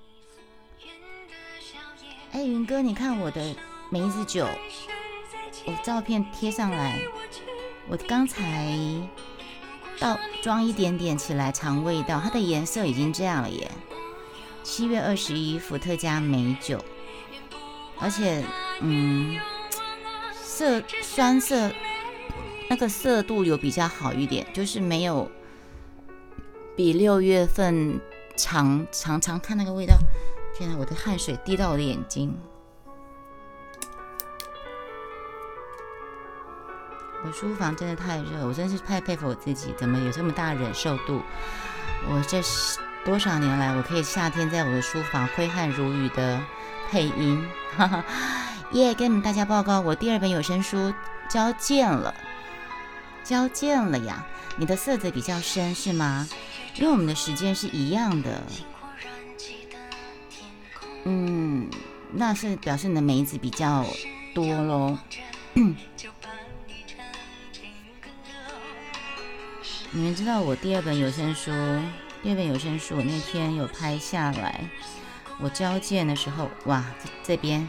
哎，云哥，你看我的梅子酒，我照片贴上来，我刚才装一点点起来尝味道，它的颜色已经这样了耶。7月21伏特加梅酒，而且酸涩那个色度有比较好一点，就是没有比6月份常看那个味道。天哪，我的汗水滴到我的眼睛。我书房真的太热，我真是太佩服我自己，怎么有这么大的忍受度。我这多少年来，我可以夏天在我的书房挥汗如雨的配音，哈哈耶！跟你们大家报告，我第2本有声书交件了呀！你的色泽比较深是吗？因为我们的时间是一样的。那是表示你的梅子比较多咯。你们知道我第2本有声书我那天有拍下来，我交件的时候，哇，这边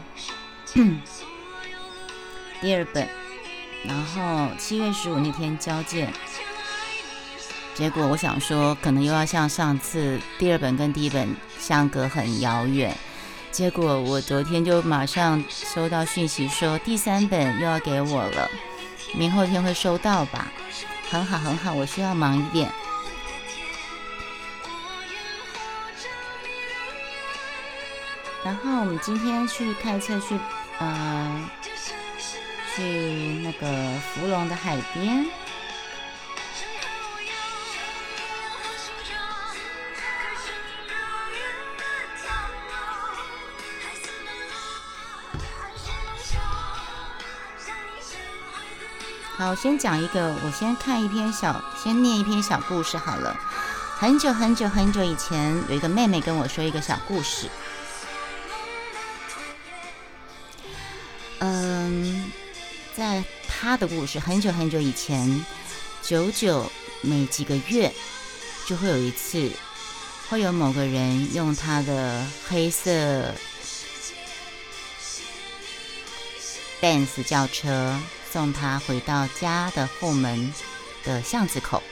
第2本，然后7月15那天交件，结果我想说可能又要像上次第2本跟第1本相隔很遥远，结果我昨天就马上收到讯息说第3本又要给我了，明后天会收到吧。很好，我需要忙一点。然后我们今天去开车去那个福隆的海边。好，我先讲一个，我先念一篇小故事好了。很久以前，有一个妹妹跟我说一个小故事。在她的故事，很久以前，每几个月就会有一次，会有某个人用他的黑色 Benz 轿车送他回到家的后门的巷子口。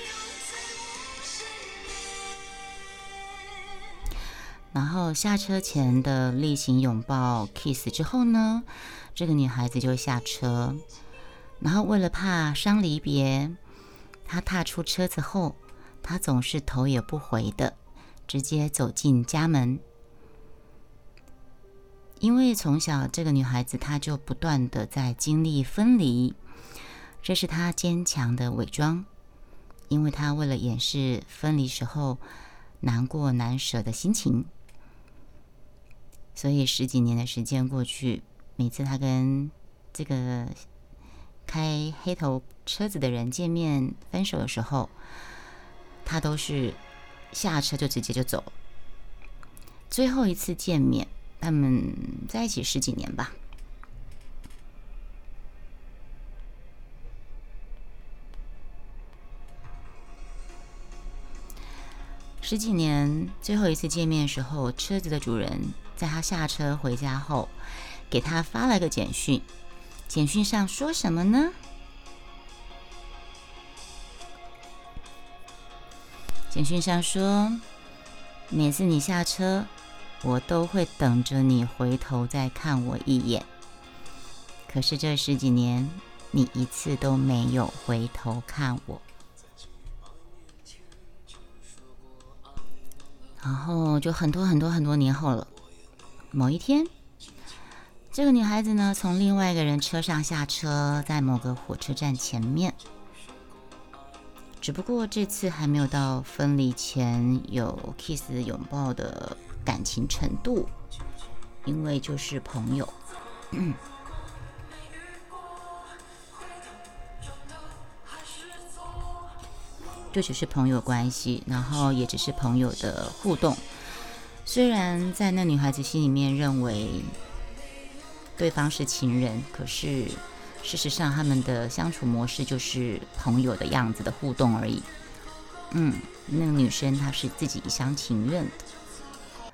然后下车前的例行拥抱 kiss 之后呢，这个女孩子就下车，然后为了怕伤离别，她踏出车子后，她总是头也不回的直接走进家门。因为从小这个女孩子她就不断的在经历分离，这是她坚强的伪装，因为她为了掩饰分离时候难过难舍的心情，所以10几年的时间过去，每次她跟这个开黑头车子的人见面分手的时候，她都是下车就直接就走。最后一次见面，他们在一起10几年吧。10几年，最后一次见面的时候，车子的主人在他下车回家后，给他发了个简讯。简讯上说什么呢？简讯上说，每次你下车，我都会等着你回头再看我一眼。可是这10几年，你一次都没有回头看我。然后就很多年后了，某一天，这个女孩子呢，从另外一个人车上下车，在某个火车站前面。只不过这次还没有到分离前有 kiss 拥抱的感情程度，因为就是朋友。就只是朋友关系，然后也只是朋友的互动。虽然在那女孩子心里面认为对方是情人，可是事实上他们的相处模式就是朋友的样子的互动而已。那个女生她是自己一厢情愿的。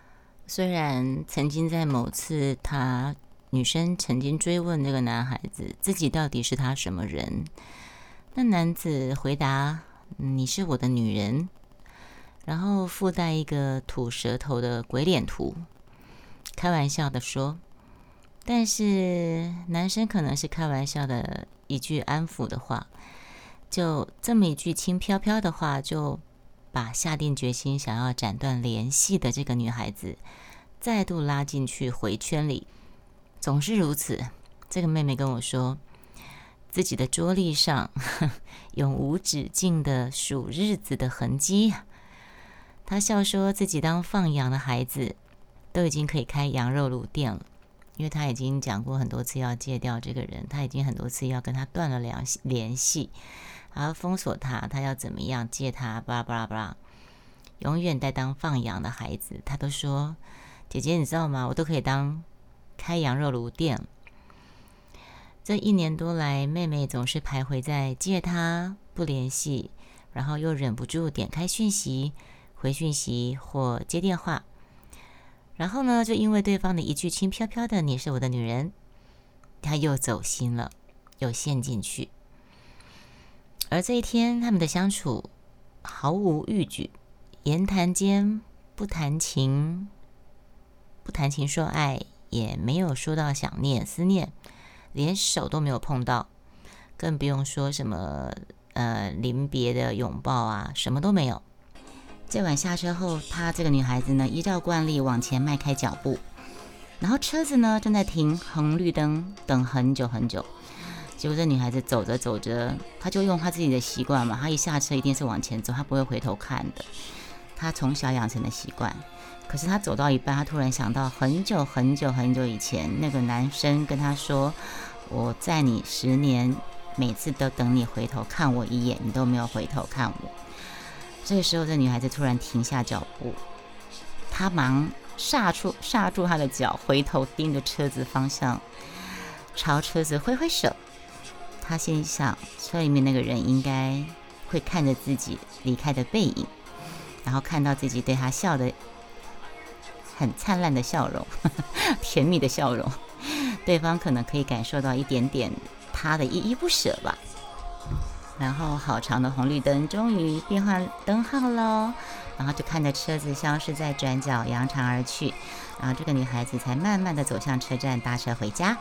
虽然曾经在某次女生曾经追问这个男孩子自己到底是他什么人，那男子回答你是我的女人，然后附带一个吐舌头的鬼脸图，开玩笑的说，但是男生可能是开玩笑的一句安抚的话，就这么一句轻飘飘的话，就把下定决心想要斩断联系的这个女孩子再度拉进去回圈里。总是如此，这个妹妹跟我说，自己的桌历上永无止境的数日子的痕迹。她笑说自己当放羊的孩子都已经可以开羊肉炉店了，因为她已经讲过很多次要戒掉这个人，她已经很多次要跟他断了联系，还要封锁他，他要怎么样戒他，巴拉巴拉巴拉，永远在当放羊的孩子。他都说，姐姐你知道吗，我都可以当开羊肉炉店。这1年多来，妹妹总是徘徊在戒他不联系，然后又忍不住点开讯息回讯息或接电话，然后呢，就因为对方的一句轻飘飘的你是我的女人，她又走心了，又陷进去。而这一天他们的相处毫无逾矩，言谈间不谈情说爱，也没有说到想念思念，连手都没有碰到，更不用说什么临别的拥抱啊，什么都没有。这晚下车后，她这个女孩子呢，依照惯例往前迈开脚步，然后车子呢正在停红绿灯等很久很久。结果这女孩子走着走着，她就用她自己的习惯嘛，她一下车一定是往前走，她不会回头看的，她从小养成的习惯。可是她走到一半，她突然想到很久很久很久以前，那个男生跟她说，我在你10年，每次都等你回头看我一眼，你都没有回头看我。这个时候这女孩子突然停下脚步，她忙刹住她的脚，回头盯着车子方向，朝车子挥挥手。她心想，车里面那个人应该会看着自己离开的背影，然后看到自己对他笑的很灿烂的笑容甜蜜的笑容，对方可能可以感受到一点点他的依依不舍吧。然后好长的红绿灯终于变换灯号咯，然后就看着车子消失在转角扬长而去，然后这个女孩子才慢慢的走向车站搭车回家。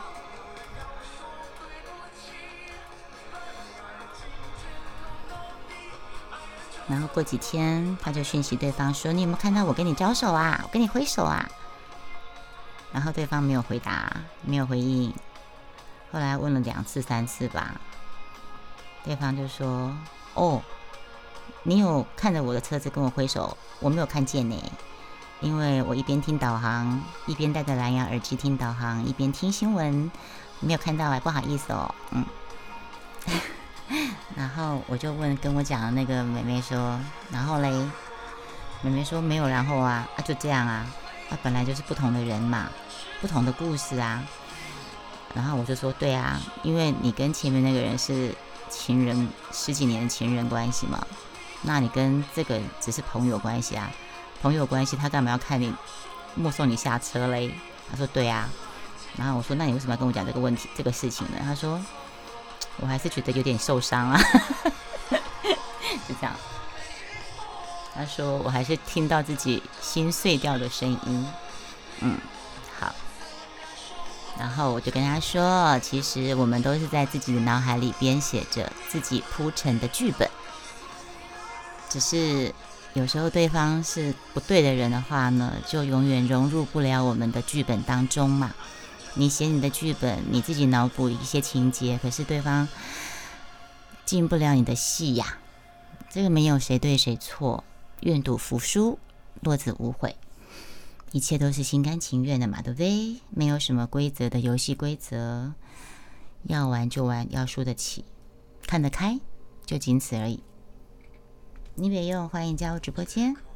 然后过几天他就讯息对方说，你有没有看到我跟你招手啊，我跟你挥手啊？然后对方没有回答，没有回应。后来问了2次3次吧，对方就说，哦，你有看着我的车子跟我挥手，我没有看见呢，因为我一边听导航，一边戴着蓝牙耳机听导航，一边听新闻，没有看到不好意思哦。然后我就问跟我讲的那个妹妹说，然后嘞？妹妹说没有然后啊，就这样啊，本来就是不同的人嘛，不同的故事啊。然后我就说对啊，因为你跟前面那个人是情人10几年的情人关系嘛，那你跟这个只是朋友关系啊，朋友关系他干嘛要看你目送你下车嘞？他说对啊。然后我说那你为什么要跟我讲这个问题这个事情呢？他说我还是觉得有点受伤啊就这样。他说我还是听到自己心碎掉的声音。好。然后我就跟他说，其实我们都是在自己的脑海里编写着自己铺陈的剧本，只是有时候对方是不对的人的话呢，就永远融入不了我们的剧本当中嘛。你写你的剧本，你自己脑补一些情节，可是对方进不了你的戏呀。这个没有谁对谁错，愿赌服输，落子无悔，一切都是心甘情愿的嘛，对不对？没有什么规则的游戏规则，要玩就玩，要输得起，看得开，就仅此而已。你别用，欢迎加入直播间。